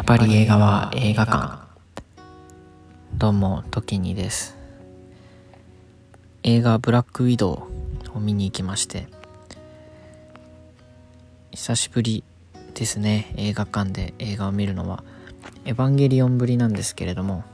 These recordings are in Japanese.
ぱり映画は映画館。どうもトキニです。映画ブラックウィドウを見に行きまして、久しぶりですね。映画館で映画を見るのはエヴァンゲリオンぶりなんですけれども、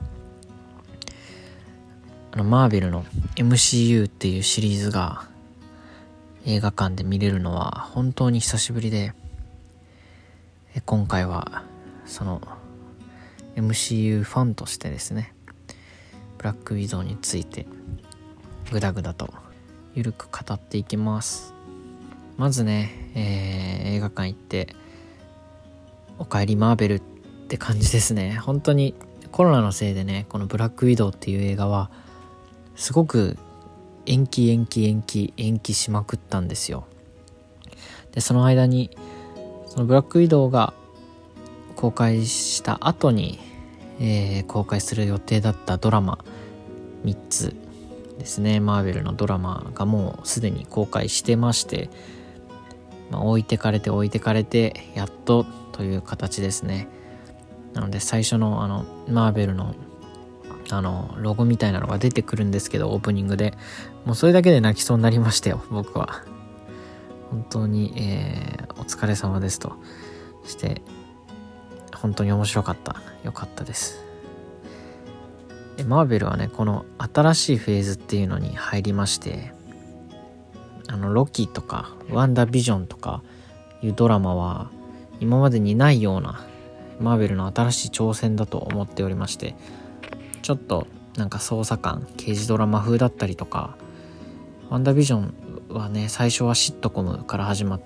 マーベルの MCU っていうシリーズが映画館で見れるのは本当に久しぶりで、今回はその MCU ファンとしてですね、ブラックウィドウについてぐだぐだとゆるく語っていきます。まずね、映画館行っておかえりマーベルって感じですね。本当にコロナのせいでね、このブラックウィドウっていう映画はすごく延期しまくったんですよ。でその間にそのブラックウィドウが公開した後に、公開する予定だったドラマ3つですね、マーベルのドラマがもうすでに公開してまして、置いてかれてやっとという形ですね。なので最初のマーベルのロゴみたいなのが出てくるんですけど、オープニングでもうそれだけで泣きそうになりましたよ、僕は。本当に、お疲れ様ですとして本当に面白かった。よかったです。マーベルはね、この新しいフェーズっていうのに入りまして、ロキとかワンダービジョンとかいうドラマは今までにないようなマーベルの新しい挑戦だと思っておりまして、ちょっとなんか捜査官刑事ドラマ風だったりとか、ワンダービジョンはね、最初はシットコムから始まって、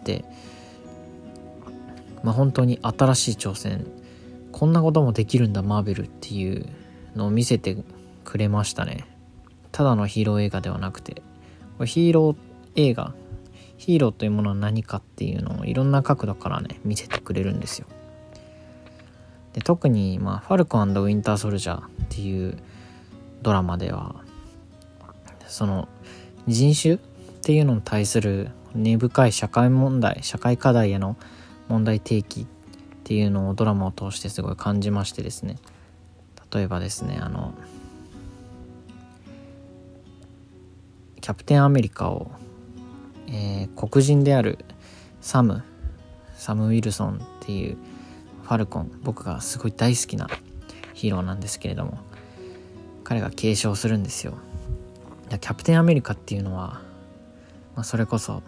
本当に新しい挑戦、こんなこともできるんだマーベルっていうのを見せてくれましたね。ただのヒーロー映画ではなくて、これヒーロー映画、ヒーローというものは何かっていうのをいろんな角度からね見せてくれるんですよ。で特にファルコン&ウィンターソルジャーっていうドラマでは、その人種っていうのに対する根深い社会課題への問題提起っていうのをドラマを通してすごい感じましてですね。例えばですね、キャプテンアメリカを、黒人であるサム・ウィルソンっていうファルコン、僕がすごい大好きなヒーローなんですけれども、彼が継承するんですよ。キャプテンアメリカっていうのは、それこそ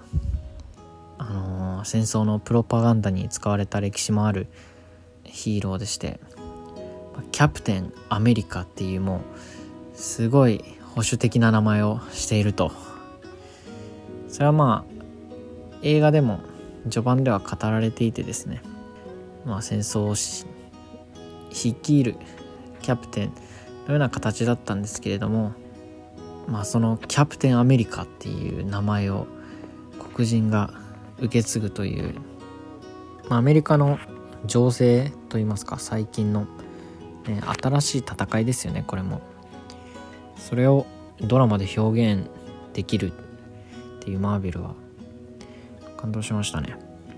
戦争のプロパガンダに使われた歴史もあるヒーローでして、キャプテンアメリカっていうもうすごい保守的な名前をしていると。それは映画でも序盤では語られていてですね、戦争を率いるキャプテンのような形だったんですけれども、そのキャプテンアメリカっていう名前を黒人が受け継ぐという、アメリカの情勢といいますか、最近の、新しい戦いですよね。これもそれをドラマで表現できるっていうマーベルは感動しましたね。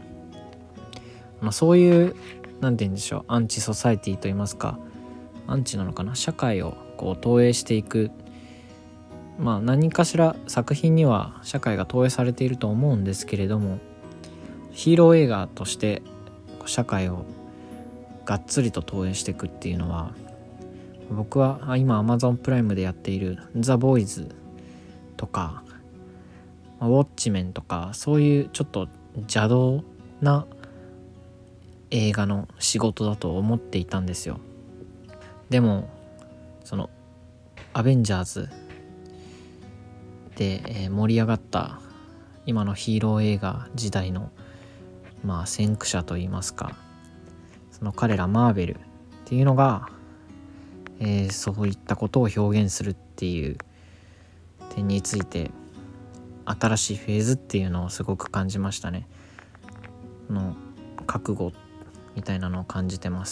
そういうなんて言うんでしょう、アンチソサエティといいますか、アンチなのかな、社会をこう投影していく、何かしら作品には社会が投影されていると思うんですけれども、ヒーロー映画として社会をがっつりと投影していくっていうのは、僕は今 Amazon プライムでやっているザ・ボーイズとかウォッチメンとか、そういうちょっと邪道な映画の仕事だと思っていたんですよ。でもそのアベンジャーズで盛り上がった今のヒーロー映画時代の先駆者といいますか、その彼らマーベルっていうのが、そういったことを表現するっていう点について、新しいフェーズっていうのをすごく感じましたね。の覚悟みたいなのを感じてます。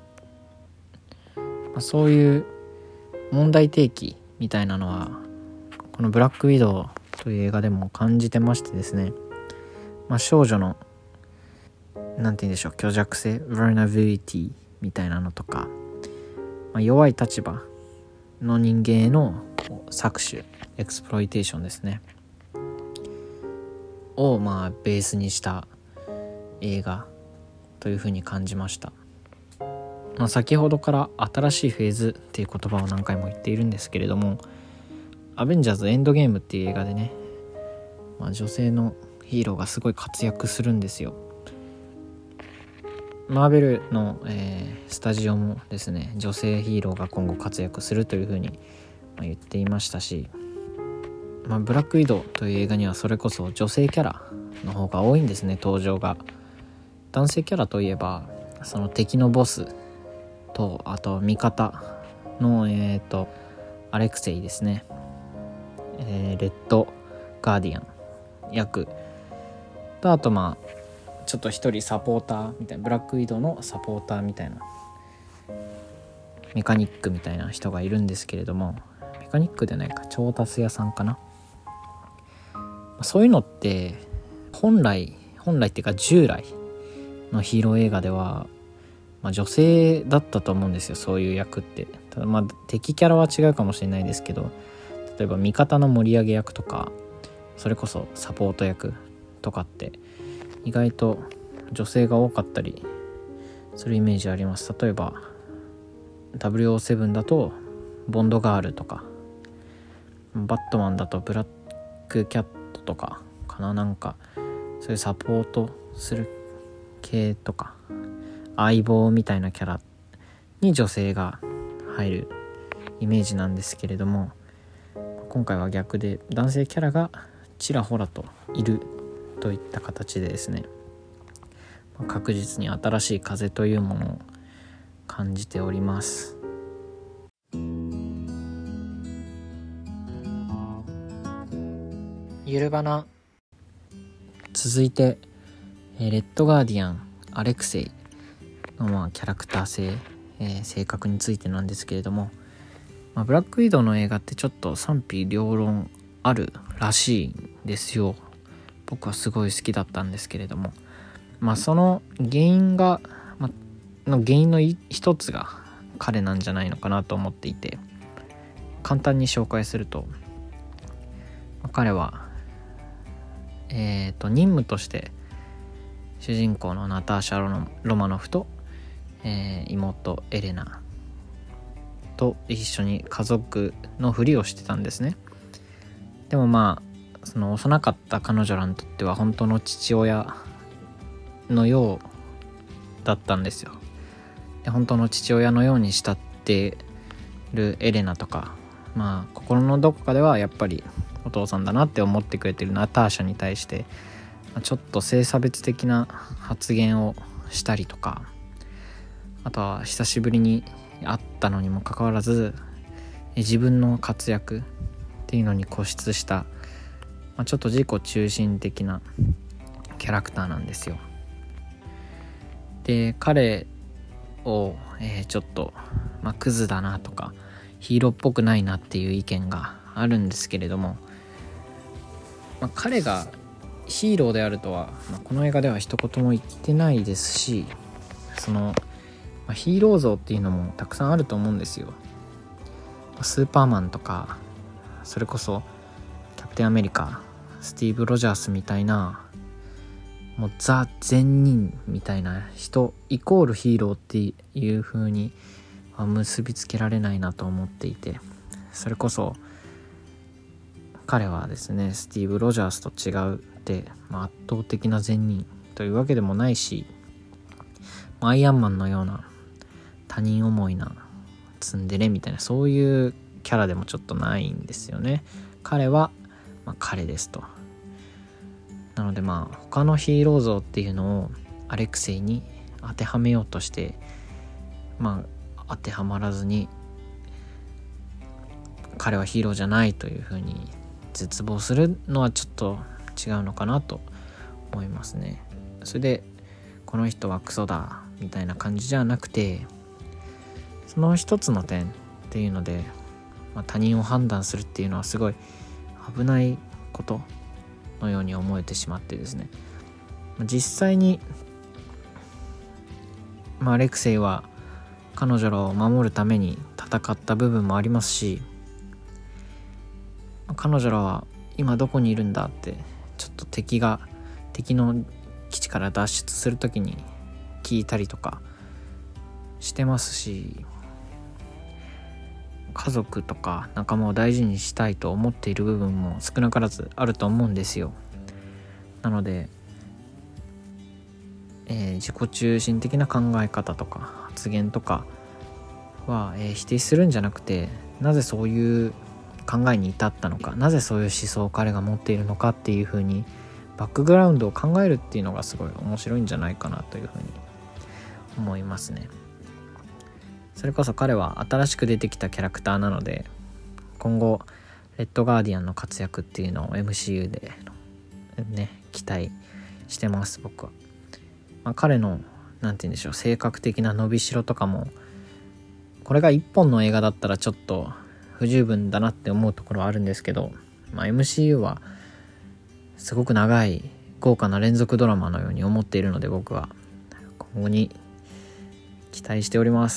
そういう問題提起みたいなのはこのブラックウィドウという映画でも感じてましてですね、少女のなんて言うんでしょう、虚弱性、vulnerability みたいなのとか、弱い立場の人間への搾取、エクスプロイテーションですねをベースにした映画というふうに感じました。先ほどから新しいフェーズっていう言葉を何回も言っているんですけれども、アベンジャーズエンドゲームっていう映画でね、女性のヒーローがすごい活躍するんですよ。マーベルの、スタジオもですね、女性ヒーローが今後活躍するというふうに言っていましたし、ブラックウィドウという映画にはそれこそ女性キャラの方が多いんですね、登場が。男性キャラといえばその敵のボスと、あと味方のアレクセイですね、レッドガーディアン役と、あとちょっと一人サポーターみたいな、ブラックウィドウのサポーターみたいなメカニックみたいな人がいるんですけれども、メカニックでないか、調達屋さんかな。そういうのって本来っていうか従来のヒーロー映画では、女性だったと思うんですよ、そういう役って。ただ敵キャラは違うかもしれないですけど、例えば味方の盛り上げ役とか、それこそサポート役とかって意外と女性が多かったりするイメージあります。例えば007だとボンドガールとか、バットマンだとブラックキャットとかかな、なんかそういうサポートする系とか、相棒みたいなキャラに女性が入るイメージなんですけれども、今回は逆で男性キャラがちらほらといるといった形でですね、確実に新しい風というものを感じております。ゆるばな。続いてレッドガーディアンアレクセイのキャラクター性、性格についてなんですけれども、ブラックウィドウの映画ってちょっと賛否両論あるらしいんですよ。僕はすごい好きだったんですけれども、その原因が、の原因の一つが彼なんじゃないのかなと思っていて、簡単に紹介すると、彼は任務として主人公のナターシャ・ロマノフと、妹エレナと一緒に家族のふりをしてたんですね。でもその幼かった彼女らにとっては本当の父親のようだったんですよ。で、本当の父親のように慕ってるエレナとか、心のどこかではやっぱりお父さんだなって思ってくれてるナターシャに対してちょっと性差別的な発言をしたりとか、あとは久しぶりに会ったのにもかかわらず自分の活躍っていうのに固執した、ちょっと自己中心的なキャラクターなんですよ。で、彼を、ちょっと、クズだなとかヒーローっぽくないなっていう意見があるんですけれども、彼がヒーローであるとは、この映画では一言も言ってないですし、その、ヒーロー像っていうのもたくさんあると思うんですよ。スーパーマンとか、それこそキャプテンアメリカ、スティーブ・ロジャースみたいな、もうザ善人みたいな人イコールヒーローっていう風には結びつけられないなと思っていて、それこそ彼はですね、スティーブ・ロジャースと違うって、圧倒的な善人というわけでもないし、アイアンマンのような他人思いなツンデレみたいな、そういうキャラでもちょっとないんですよね。彼は、彼ですと。なので他のヒーロー像っていうのをアレクセイに当てはめようとして、当てはまらずに彼はヒーローじゃないというふうに絶望するのはちょっと違うのかなと思いますね。それでこの人はクソだみたいな感じじゃなくて、その一つの点っていうので、他人を判断するっていうのはすごい危ないことのように思えてしまってですね、実際に、アレクセイは彼女らを守るために戦った部分もありますし、彼女らは今どこにいるんだってちょっと敵の基地から脱出するときに聞いたりとかしてますし、家族とか仲間を大事にしたいと思っている部分も少なからずあると思うんですよ。なので、自己中心的な考え方とか発言とかは、否定するんじゃなくて、なぜそういう考えに至ったのか、なぜそういう思想を彼が持っているのかっていう風にバックグラウンドを考えるっていうのがすごい面白いんじゃないかなという風に思いますね。それこそ彼は新しく出てきたキャラクターなので、今後レッドガーディアンの活躍っていうのを MCU でね期待してます僕は。彼のなんて言うんでしょう、性格的な伸びしろとかも、これが一本の映画だったらちょっと不十分だなって思うところはあるんですけど、MCU はすごく長い豪華な連続ドラマのように思っているので、僕は今後に期待しております。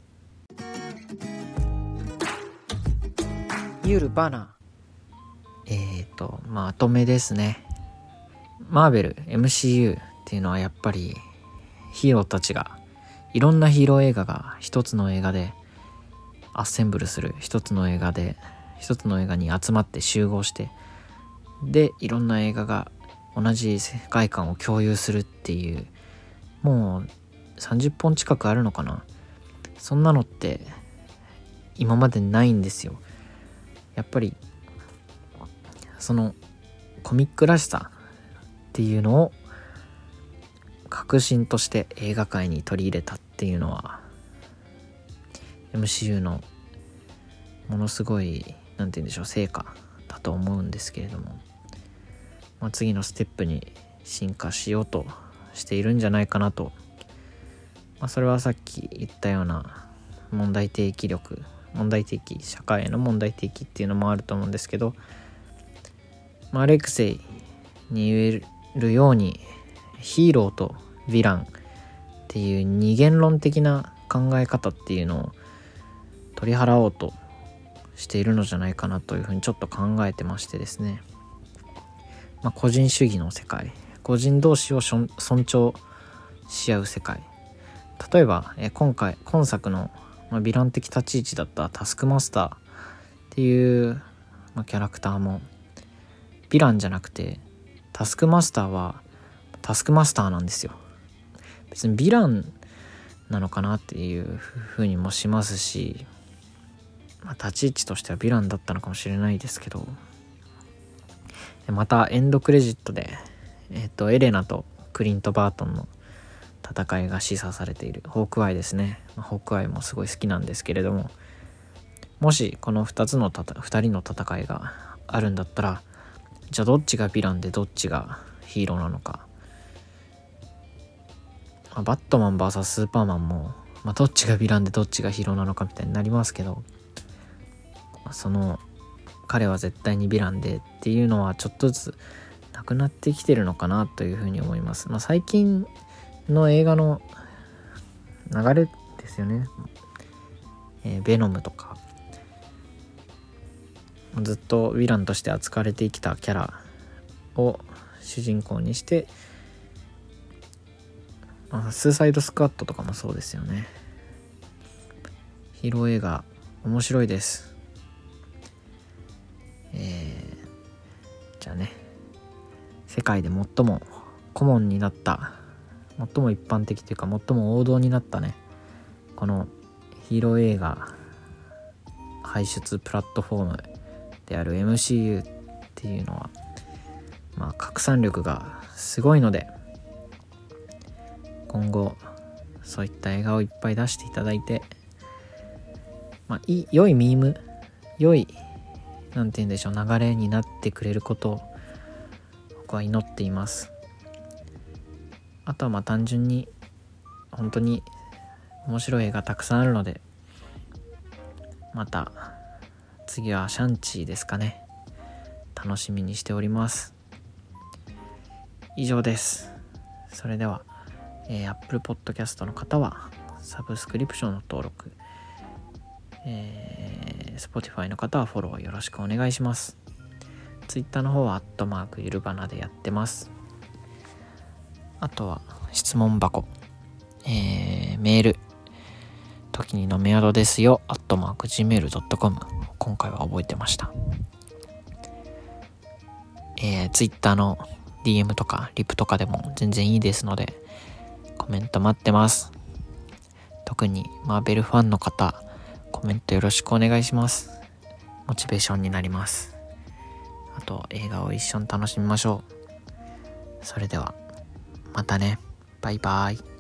ゆるバナまとめですね。マーベル MCU っていうのはやっぱりヒーローたちが、いろんなヒーロー映画が一つの映画でアッセンブルする、一つの映画に集まって集合して、でいろんな映画が同じ世界観を共有するっていう、もう30本近くあるのかな。そんなのって今までないんですよ。やっぱりそのコミックらしさっていうのを革新として映画界に取り入れたっていうのは MCU のものすごいなんて言うんでしょう、成果だと思うんですけれども、次のステップに進化しようとしているんじゃないかなと。それはさっき言ったような社会への問題提起っていうのもあると思うんですけど、アレクセイに言えるようにヒーローとヴィランっていう二元論的な考え方っていうのを取り払おうとしているのじゃないかなというふうにちょっと考えてましてですね。個人主義の世界、個人同士を尊重し合う世界。例えば今作のヴィラン的立ち位置だったタスクマスターっていう、キャラクターもヴィランじゃなくて、タスクマスターはタスクマスターなんですよ。別にヴィランなのかなっていう風にもしますし、立ち位置としてはヴィランだったのかもしれないですけど、またエンドクレジットでエレナとクリント・バートンの戦いが示唆されているホークアイですね。ホークアイもすごい好きなんですけれども、もしこの2人の戦いがあるんだったら、じゃあどっちがヴィランでどっちがヒーローなのか。バットマン vs スーパーマンも、どっちがヴィランでどっちがヒーローなのかみたいになりますけど、彼は絶対にヴィランでっていうのはちょっとずつなくなってきてるのかなというふうに思います。最近の映画の流れですよね。ベノムとかずっとヴィランとして扱われてきたキャラを主人公にして、スーサイドスクワットとかもそうですよね。ヒーロー映画面白いです。じゃあね、世界で最もコモンになった、最も一般的というか最も王道になったね、このヒーロー映画輩出プラットフォームである MCU っていうのは、拡散力がすごいので、今後そういった映画をいっぱい出していただいて、良いミーム、良いなんて言うんでしょう、流れになってくれることを僕は祈っています。あとは単純に本当に面白い映画たくさんあるので、また次はシャンチーですかね、楽しみにしております。以上です。それでは、Apple Podcast の方はサブスクリプションの登録、Spotify の方はフォローよろしくお願いします。Twitter の方はゆるばなでやってます。あとは質問箱、メール、時にのメアドですよ@gmail.com、 今回は覚えてました。Twitter の DM とかリプとかでも全然いいですのでコメント待ってます。特にマーベルファンの方、コメントよろしくお願いします。モチベーションになります。あと映画を一緒に楽しみましょう。それではまたね、バイバイ。